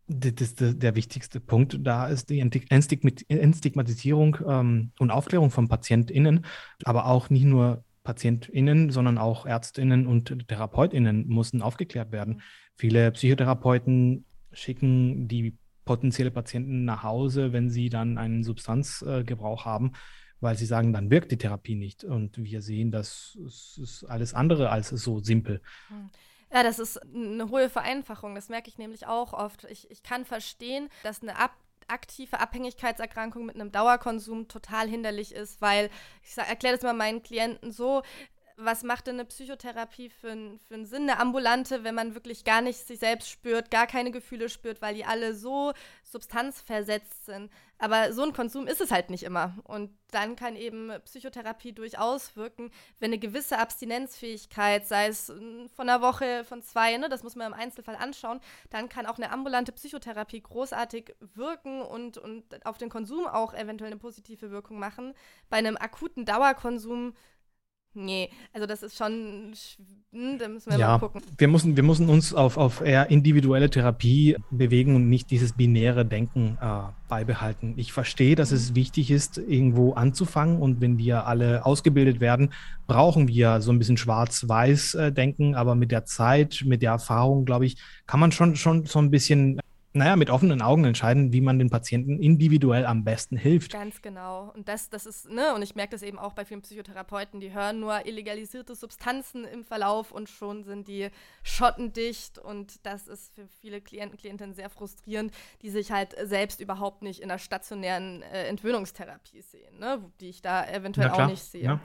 der wichtigste Punkt da ist die Entstigmatisierung und Aufklärung von PatientInnen, aber auch nicht nur PatientInnen, sondern auch ÄrztInnen und TherapeutInnen müssen aufgeklärt werden. Viele Psychotherapeuten schicken die potenzielle Patienten nach Hause, wenn sie dann einen Substanzgebrauch haben, weil sie sagen, dann wirkt die Therapie nicht. Und wir sehen, das ist alles andere als so simpel. Ja, das ist eine hohe Vereinfachung. Das merke ich nämlich auch oft. Ich kann verstehen, dass eine aktive Abhängigkeitserkrankung mit einem Dauerkonsum total hinderlich ist, weil ich erkläre das mal meinen Klienten so: Was macht denn eine Psychotherapie für einen Sinn, eine ambulante, wenn man wirklich gar nicht sich selbst spürt, gar keine Gefühle spürt, weil die alle so substanzversetzt sind. Aber so ein Konsum ist es halt nicht immer. Und dann kann eben Psychotherapie durchaus wirken, wenn eine gewisse Abstinenzfähigkeit, sei es von einer Woche, von 2, ne, das muss man im Einzelfall anschauen, dann kann auch eine ambulante Psychotherapie großartig wirken und auf den Konsum auch eventuell eine positive Wirkung machen. Bei einem akuten Dauerkonsum nee, also das ist schon, da müssen wir mal gucken. Wir müssen uns auf eher individuelle Therapie bewegen und nicht dieses binäre Denken beibehalten. Ich verstehe, dass es wichtig ist, irgendwo anzufangen, und wenn wir alle ausgebildet werden, brauchen wir so ein bisschen Schwarz-Weiß-Denken, aber mit der Zeit, mit der Erfahrung, glaube ich, kann man schon so ein bisschen mit offenen Augen entscheiden, wie man den Patienten individuell am besten hilft. Ganz genau. Und das ist, ne, und ich merke das eben auch bei vielen Psychotherapeuten, die hören nur illegalisierte Substanzen im Verlauf und schon sind die schottendicht, und das ist für viele Klientinnen sehr frustrierend, die sich halt selbst überhaupt nicht in der stationären Entwöhnungstherapie sehen, ne, die ich da eventuell auch nicht sehe. Ja.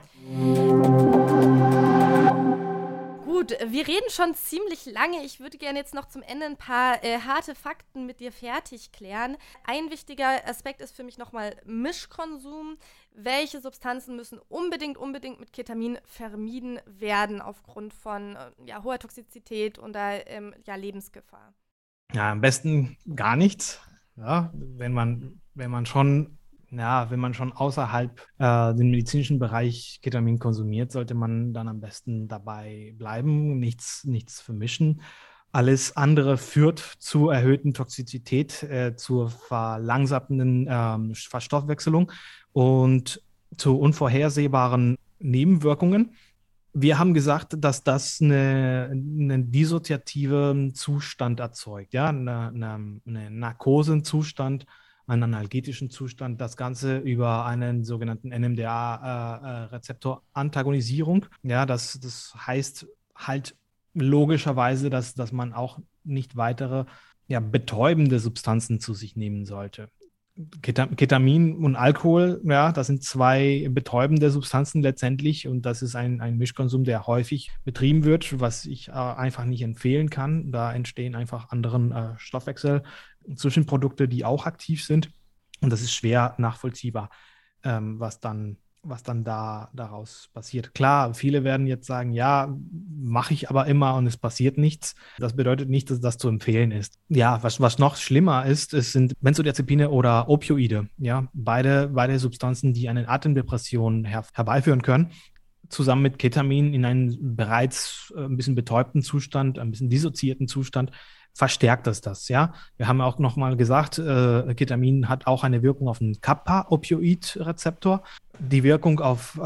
Gut, wir reden schon ziemlich lange. Ich würde gerne jetzt noch zum Ende ein paar harte Fakten mit dir fertig klären. Ein wichtiger Aspekt ist für mich nochmal Mischkonsum. Welche Substanzen müssen unbedingt mit Ketamin vermieden werden aufgrund von hoher Toxizität oder Lebensgefahr? Ja, am besten gar nichts. Ja, wenn man schon außerhalb den medizinischen Bereich Ketamin konsumiert, sollte man dann am besten dabei bleiben, nichts vermischen. Alles andere führt zu erhöhten Toxizität, zur verlangsamenden Verstoffwechselung und zu unvorhersehbaren Nebenwirkungen. Wir haben gesagt, dass das einen dissoziativen Zustand erzeugt, ja, einen Narkosenzustand, einen analgetischen Zustand, das Ganze über einen sogenannten NMDA-Rezeptor-Antagonisierung. Ja, das heißt halt logischerweise, dass man auch nicht weitere betäubende Substanzen zu sich nehmen sollte. Ketamin und Alkohol, ja, das sind zwei betäubende Substanzen letztendlich, und das ist ein Mischkonsum, der häufig betrieben wird, was ich einfach nicht empfehlen kann. Da entstehen einfach anderen Stoffwechsel-Zwischenprodukte, die auch aktiv sind, und das ist schwer nachvollziehbar, was dann daraus passiert. Klar, viele werden jetzt sagen, ja, mache ich aber immer und es passiert nichts. Das bedeutet nicht, dass das zu empfehlen ist. Ja, was noch schlimmer ist, es sind Benzodiazepine oder Opioide. Ja, beide Substanzen, die eine Atemdepression herbeiführen können, zusammen mit Ketamin in einen bereits ein bisschen betäubten Zustand, ein bisschen dissoziierten Zustand, verstärkt es das, ja. Wir haben auch nochmal gesagt, Ketamin hat auch eine Wirkung auf den Kappa-Opioid-Rezeptor. Die Wirkung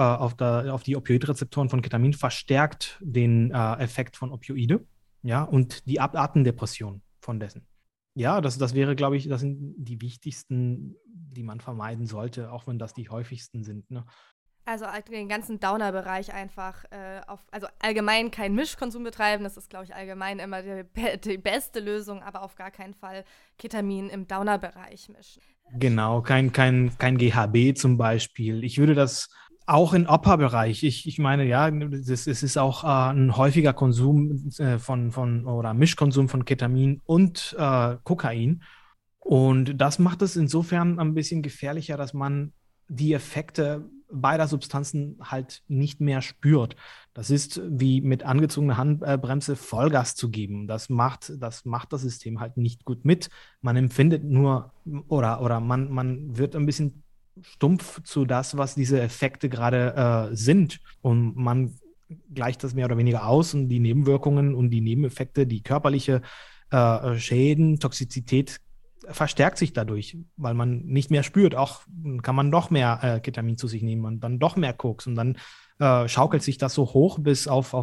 auf die Opioidrezeptoren von Ketamin verstärkt den Effekt von Opioide, ja, und die Abartendepression von dessen. Ja, das wäre, glaube ich, das sind die wichtigsten, die man vermeiden sollte, auch wenn das die häufigsten sind, ne? Also den ganzen Downer-Bereich einfach, also allgemein keinen Mischkonsum betreiben, das ist, glaube ich, allgemein immer die beste Lösung, aber auf gar keinen Fall Ketamin im Downer-Bereich mischen. Genau, kein GHB zum Beispiel. Ich würde das auch im Upper-Bereich, ich meine, ja, es ist auch ein häufiger Konsum oder Mischkonsum von Ketamin und Kokain. Und das macht es insofern ein bisschen gefährlicher, dass man die Effekte beider Substanzen halt nicht mehr spürt. Das ist wie mit angezogener Handbremse Vollgas zu geben. Das macht das System halt nicht gut mit. Man empfindet nur oder man wird ein bisschen stumpf zu das, was diese Effekte gerade sind. Und man gleicht das mehr oder weniger aus und die Nebenwirkungen und die Nebeneffekte, die körperliche Schäden, Toxizität verstärkt sich dadurch, weil man nicht mehr spürt. Auch kann man doch mehr Ketamin zu sich nehmen und dann doch mehr Koks und dann schaukelt sich das so hoch bis auf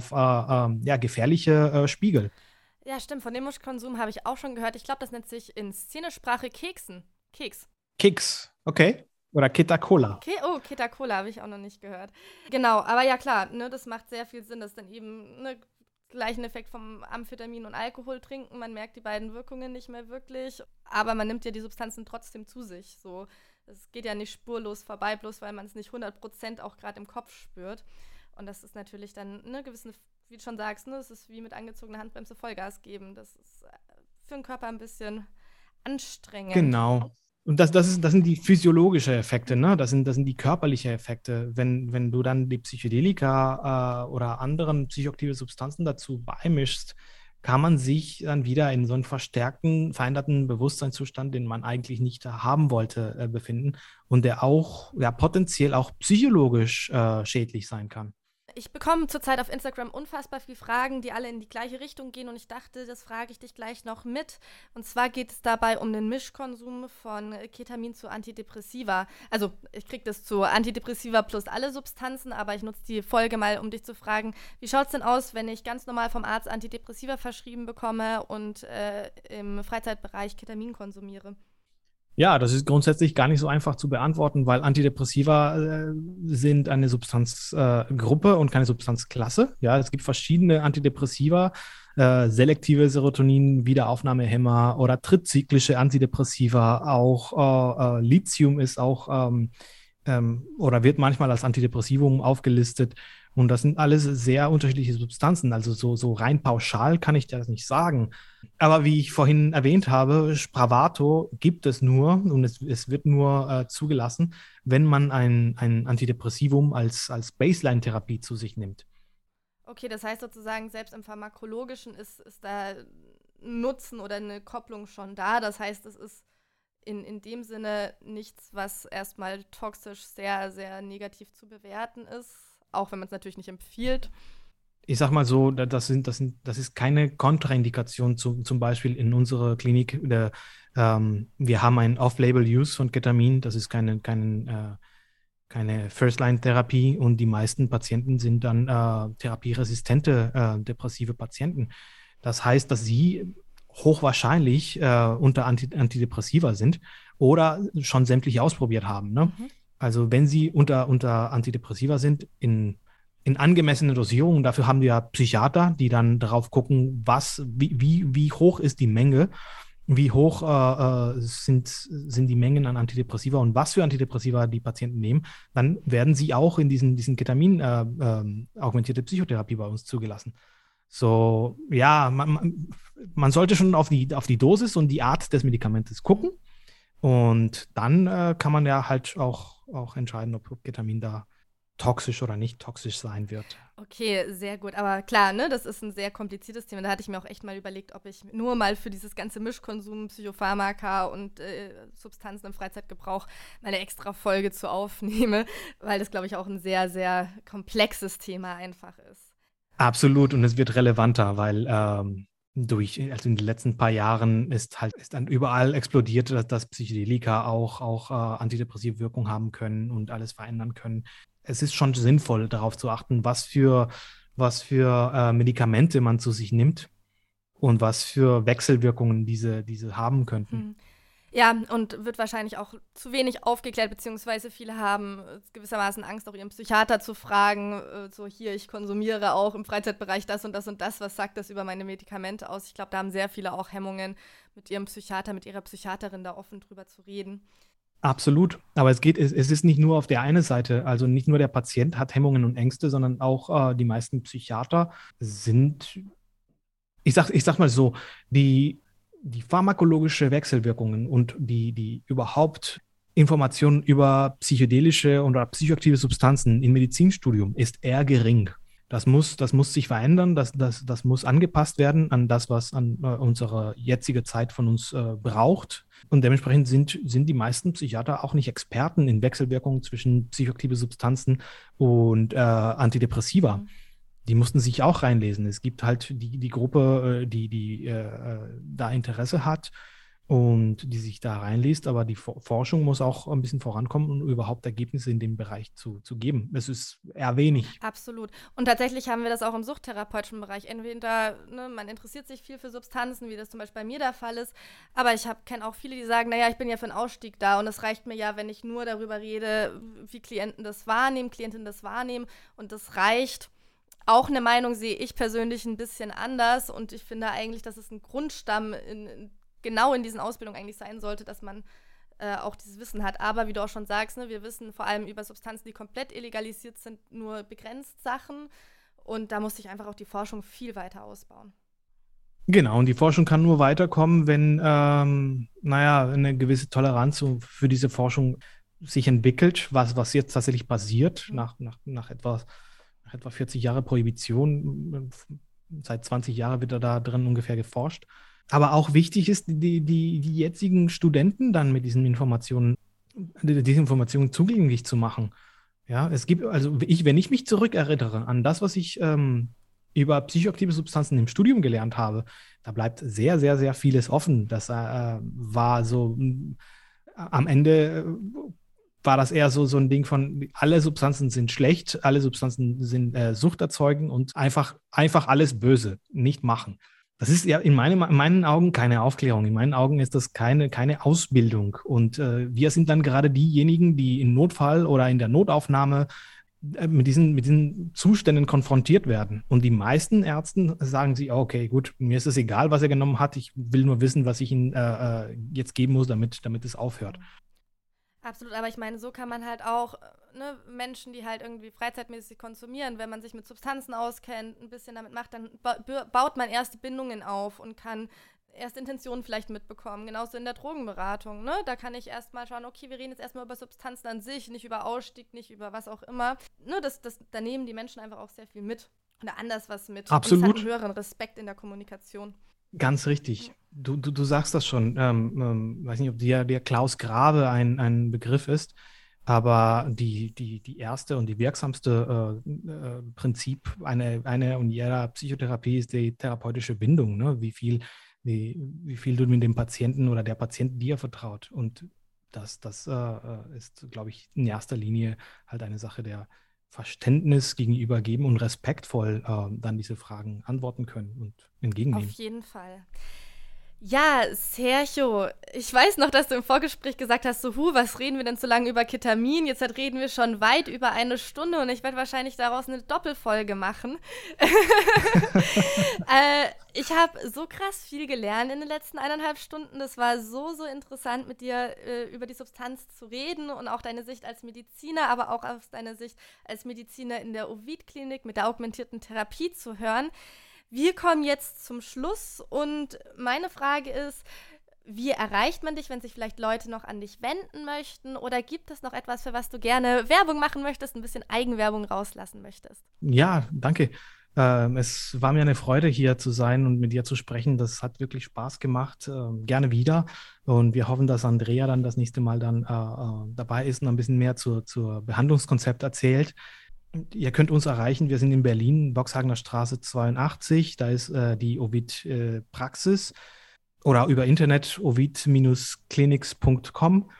gefährliche Spiegel. Ja, stimmt. Von dem Mischkonsum habe ich auch schon gehört. Ich glaube, das nennt sich in Szenesprache Keksen. Keks. Keks, okay. Oder Keta-Cola. Keta-Cola habe ich auch noch nicht gehört. Genau, aber ja klar, ne, das macht sehr viel Sinn, dass dann eben gleichen Effekt vom Amphetamin und Alkohol trinken. Man merkt die beiden Wirkungen nicht mehr wirklich, aber man nimmt ja die Substanzen trotzdem zu sich. So, es geht ja nicht spurlos vorbei, bloß weil man es nicht 100% auch gerade im Kopf spürt. Und das ist natürlich dann eine gewisse, wie du schon sagst, es ist wie mit angezogener Handbremse Vollgas geben. Das ist für den Körper ein bisschen anstrengend. Genau. Und das sind die physiologischen Effekte, ne? Das sind die körperlichen Effekte. Wenn du dann die Psychedelika oder anderen psychoaktive Substanzen dazu beimischst, kann man sich dann wieder in so einen veränderten Bewusstseinszustand, den man eigentlich nicht haben wollte, befinden und der auch potenziell auch psychologisch schädlich sein kann. Ich bekomme zurzeit auf Instagram unfassbar viele Fragen, die alle in die gleiche Richtung gehen und ich dachte, das frage ich dich gleich noch mit. Und zwar geht es dabei um den Mischkonsum von Ketamin zu Antidepressiva. Also ich kriege das zu Antidepressiva plus alle Substanzen, aber ich nutze die Folge mal, um dich zu fragen, wie schaut es denn aus, wenn ich ganz normal vom Arzt Antidepressiva verschrieben bekomme und im Freizeitbereich Ketamin konsumiere? Ja, das ist grundsätzlich gar nicht so einfach zu beantworten, weil Antidepressiva sind eine Substanzgruppe und keine Substanzklasse. Ja, es gibt verschiedene Antidepressiva, selektive Serotonin-Wiederaufnahmehemmer oder trizyklische Antidepressiva. Auch Lithium ist auch oder wird manchmal als Antidepressivum aufgelistet. Und das sind alles sehr unterschiedliche Substanzen. Also so rein pauschal kann ich das nicht sagen. Aber wie ich vorhin erwähnt habe, Spravato gibt es nur und es wird nur zugelassen, wenn man ein Antidepressivum als Baseline-Therapie zu sich nimmt. Okay, das heißt sozusagen, selbst im Pharmakologischen ist da ein Nutzen oder eine Kopplung schon da. Das heißt, es ist in dem Sinne nichts, was erstmal toxisch sehr, sehr negativ zu bewerten ist, auch wenn man es natürlich nicht empfiehlt. Ich sag mal so, das ist keine Kontraindikation zum Beispiel in unserer Klinik. Wir haben ein Off-Label-Use von Ketamin, das ist keine First-Line-Therapie und die meisten Patienten sind dann therapieresistente depressive Patienten. Das heißt, dass sie hochwahrscheinlich unter Antidepressiva sind oder schon sämtliche ausprobiert haben. Ne? Mhm. Also wenn sie unter Antidepressiva sind, in angemessenen Dosierungen, dafür haben wir Psychiater, die dann darauf gucken, wie hoch ist die Menge, wie hoch sind die Mengen an Antidepressiva und was für Antidepressiva die Patienten nehmen, dann werden sie auch in diesen Ketamin augmentierte Psychotherapie bei uns zugelassen. So, ja, man sollte schon auf die Dosis und die Art des Medikamentes gucken. Und dann kann man ja halt auch entscheiden, ob Ketamin da toxisch oder nicht toxisch sein wird. Okay, sehr gut. Aber klar, ne, das ist ein sehr kompliziertes Thema. Da hatte ich mir auch echt mal überlegt, ob ich nur mal für dieses ganze Mischkonsum, Psychopharmaka und Substanzen im Freizeitgebrauch mal eine extra Folge zu aufnehme, weil das, glaube ich, auch ein sehr, sehr komplexes Thema einfach ist. Absolut, und es wird relevanter, weil Also in den letzten paar Jahren ist dann überall explodiert, dass Psychedelika auch antidepressive Wirkung haben können und alles verändern können. Es ist schon sinnvoll, darauf zu achten, was für Medikamente man zu sich nimmt und was für Wechselwirkungen diese haben könnten. Hm. Ja, und wird wahrscheinlich auch zu wenig aufgeklärt, beziehungsweise viele haben gewissermaßen Angst, auch ihren Psychiater zu fragen, so hier, ich konsumiere auch im Freizeitbereich das und das und das, was sagt das über meine Medikamente aus? Ich glaube, da haben sehr viele auch Hemmungen, mit ihrem Psychiater, mit ihrer Psychiaterin da offen drüber zu reden. Absolut. Aber es ist nicht nur auf der einen Seite, also nicht nur der Patient hat Hemmungen und Ängste, sondern auch die meisten Psychiater sind, ich sag mal so, die pharmakologische Wechselwirkungen und die überhaupt Informationen über psychedelische oder psychoaktive Substanzen im Medizinstudium ist eher gering. Das muss sich verändern, das muss angepasst werden an das, was an unsere jetzige Zeit von uns braucht. Und dementsprechend sind die meisten Psychiater auch nicht Experten in Wechselwirkungen zwischen psychoaktive Substanzen und Antidepressiva. Mhm. Die mussten sich auch reinlesen. Es gibt halt die Gruppe, die da Interesse hat und die sich da reinliest, aber die Forschung muss auch ein bisschen vorankommen, um überhaupt Ergebnisse in dem Bereich zu geben. Es ist eher wenig. Absolut. Und tatsächlich haben wir das auch im suchttherapeutischen Bereich. Entweder, ne, man interessiert sich viel für Substanzen, wie das zum Beispiel bei mir der Fall ist, aber ich kenne auch viele, die sagen, naja, ich bin ja für einen Ausstieg da und es reicht mir ja, wenn ich nur darüber rede, wie Klientinnen das wahrnehmen und das reicht. Auch eine Meinung sehe ich persönlich ein bisschen anders und ich finde eigentlich, dass es ein Grundstamm genau in diesen Ausbildungen eigentlich sein sollte, dass man auch dieses Wissen hat. Aber wie du auch schon sagst, ne, wir wissen vor allem über Substanzen, die komplett illegalisiert sind, nur begrenzt Sachen und da muss sich einfach auch die Forschung viel weiter ausbauen. Genau, und die Forschung kann nur weiterkommen, wenn, eine gewisse Toleranz für diese Forschung sich entwickelt, was jetzt tatsächlich passiert, Mhm. nach etwa 40 Jahre Prohibition. Seit 20 Jahren wird da drin ungefähr geforscht. Aber auch wichtig ist, die jetzigen Studenten dann mit diese Informationen zugänglich zu machen. Ja, es gibt, also wenn ich mich zurückerinnere an das, was ich über psychoaktive Substanzen im Studium gelernt habe, da bleibt sehr, sehr, sehr vieles offen. Das war so, am Ende war das eher so ein Ding von, alle Substanzen sind schlecht, alle Substanzen sind suchterzeugend und einfach alles böse, nicht machen. Das ist ja in meinen Augen keine Aufklärung. In meinen Augen ist das keine Ausbildung. Und wir sind dann gerade diejenigen, die im Notfall oder in der Notaufnahme mit diesen Zuständen konfrontiert werden. Und die meisten Ärzten sagen sich, okay, gut, mir ist es egal, was er genommen hat. Ich will nur wissen, was ich ihm jetzt geben muss, damit es aufhört. Absolut, aber ich meine, so kann man halt auch Menschen, die halt irgendwie freizeitmäßig konsumieren, wenn man sich mit Substanzen auskennt, ein bisschen damit macht, dann baut man erste Bindungen auf und kann erste Intentionen vielleicht mitbekommen. Genauso in der Drogenberatung, ne? Da kann ich erstmal schauen, okay, wir reden jetzt erstmal über Substanzen an sich, nicht über Ausstieg, nicht über was auch immer. Ne, da nehmen die Menschen einfach auch sehr viel mit oder anders was mit. Absolut. Und es hat einen höheren Respekt in der Kommunikation. Ganz richtig. Du sagst das schon. Weiß nicht, ob dir der Klaus Grave ein Begriff ist, aber die erste und die wirksamste Prinzip einer und jeder Psychotherapie ist die therapeutische Bindung, ne? Wie viel du mit dem Patienten oder der Patient dir vertraut. Und das ist, glaube ich, in erster Linie halt eine Sache der Verständnis gegenüber geben und respektvoll dann diese Fragen antworten können und Auf entgegennehmen. jeden Fall. Ja, Sergio, ich weiß noch, dass du im Vorgespräch gesagt hast, so, was reden wir denn so lange über Ketamin? Jetzt reden wir schon weit über eine Stunde und ich werde wahrscheinlich daraus eine Doppelfolge machen. Ich habe so krass viel gelernt in den letzten 1,5 Stunden. Das war so, so interessant, mit dir über die Substanz zu reden und auch deine Sicht als Mediziner, aber auch aus deiner Sicht als Mediziner in der Ovid-Klinik mit der augmentierten Therapie zu hören. Wir kommen jetzt zum Schluss und meine Frage ist, wie erreicht man dich, wenn sich vielleicht Leute noch an dich wenden möchten? Oder gibt es noch etwas, für was du gerne Werbung machen möchtest, ein bisschen Eigenwerbung rauslassen möchtest? Ja, danke. Es war mir eine Freude, hier zu sein und mit dir zu sprechen. Das hat wirklich Spaß gemacht. Gerne wieder. Und wir hoffen, dass Andrea dann das nächste Mal dann dabei ist und ein bisschen mehr zur Behandlungskonzept erzählt. Ihr könnt uns erreichen. Wir sind in Berlin, Boxhagener Straße 82. Da ist die Ovid-Praxis oder über Internet ovid-clinics.com.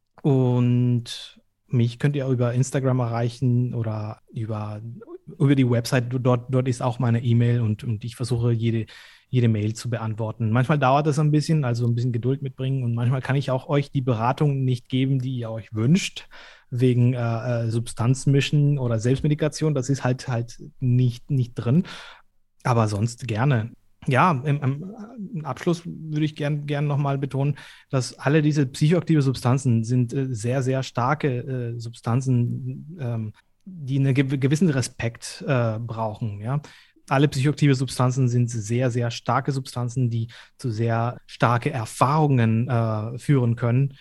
Und mich könnt ihr über Instagram erreichen oder über die Website. Dort ist auch meine E-Mail und ich versuche jede Mail zu beantworten. Manchmal dauert das ein bisschen, also ein bisschen Geduld mitbringen, und manchmal kann ich auch euch die Beratung nicht geben, die ihr euch wünscht, wegen Substanzmischen oder Selbstmedikation. Das ist halt nicht drin, aber sonst gerne. Ja, im Abschluss würde ich gern nochmal betonen, dass alle diese psychoaktive Substanzen sind sehr, sehr starke Substanzen, die einen gewissen Respekt brauchen, ja. Alle psychoaktive Substanzen sind sehr, sehr starke Substanzen, die zu sehr starke Erfahrungen führen können.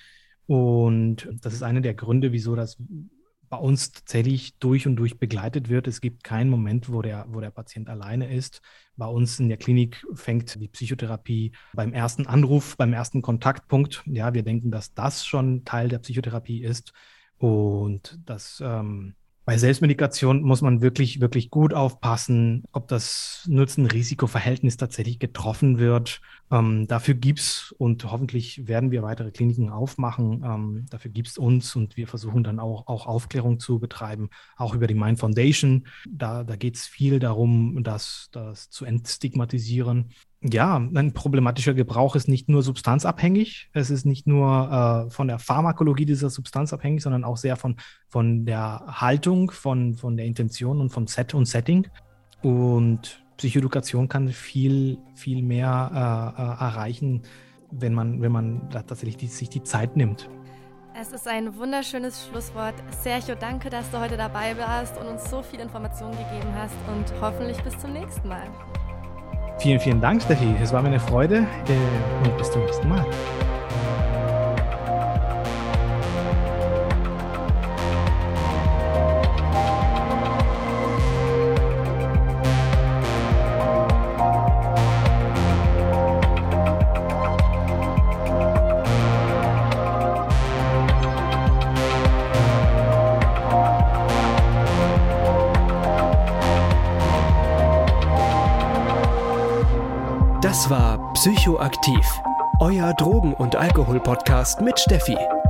Und das ist einer der Gründe, wieso das bei uns tatsächlich durch und durch begleitet wird. Es gibt keinen Moment, wo der Patient alleine ist. Bei uns in der Klinik fängt die Psychotherapie beim ersten Anruf, beim ersten Kontaktpunkt. Ja, wir denken, dass das schon Teil der Psychotherapie ist. Und das bei Selbstmedikation muss man wirklich, wirklich gut aufpassen, ob das Nutzen-Risiko-Verhältnis tatsächlich getroffen wird. Dafür gibt es, und hoffentlich werden wir weitere Kliniken aufmachen, dafür gibt es uns, und wir versuchen dann auch Aufklärung zu betreiben, auch über die Mind Foundation. Da geht es viel darum, das zu entstigmatisieren. Ja, ein problematischer Gebrauch ist nicht nur substanzabhängig, es ist nicht nur von der Pharmakologie dieser Substanz abhängig, sondern auch sehr von der Haltung, von der Intention und vom Set und Setting. Und Psychoedukation kann viel, viel mehr erreichen, wenn man da tatsächlich sich die Zeit nimmt. Es ist ein wunderschönes Schlusswort. Sergio, danke, dass du heute dabei warst und uns so viel Informationen gegeben hast, und hoffentlich bis zum nächsten Mal. Vielen, vielen Dank, Steffi. Es war mir eine Freude, und bis zum nächsten Mal. Das war Psychoaktiv, euer Drogen- und Alkohol-Podcast mit Steffi.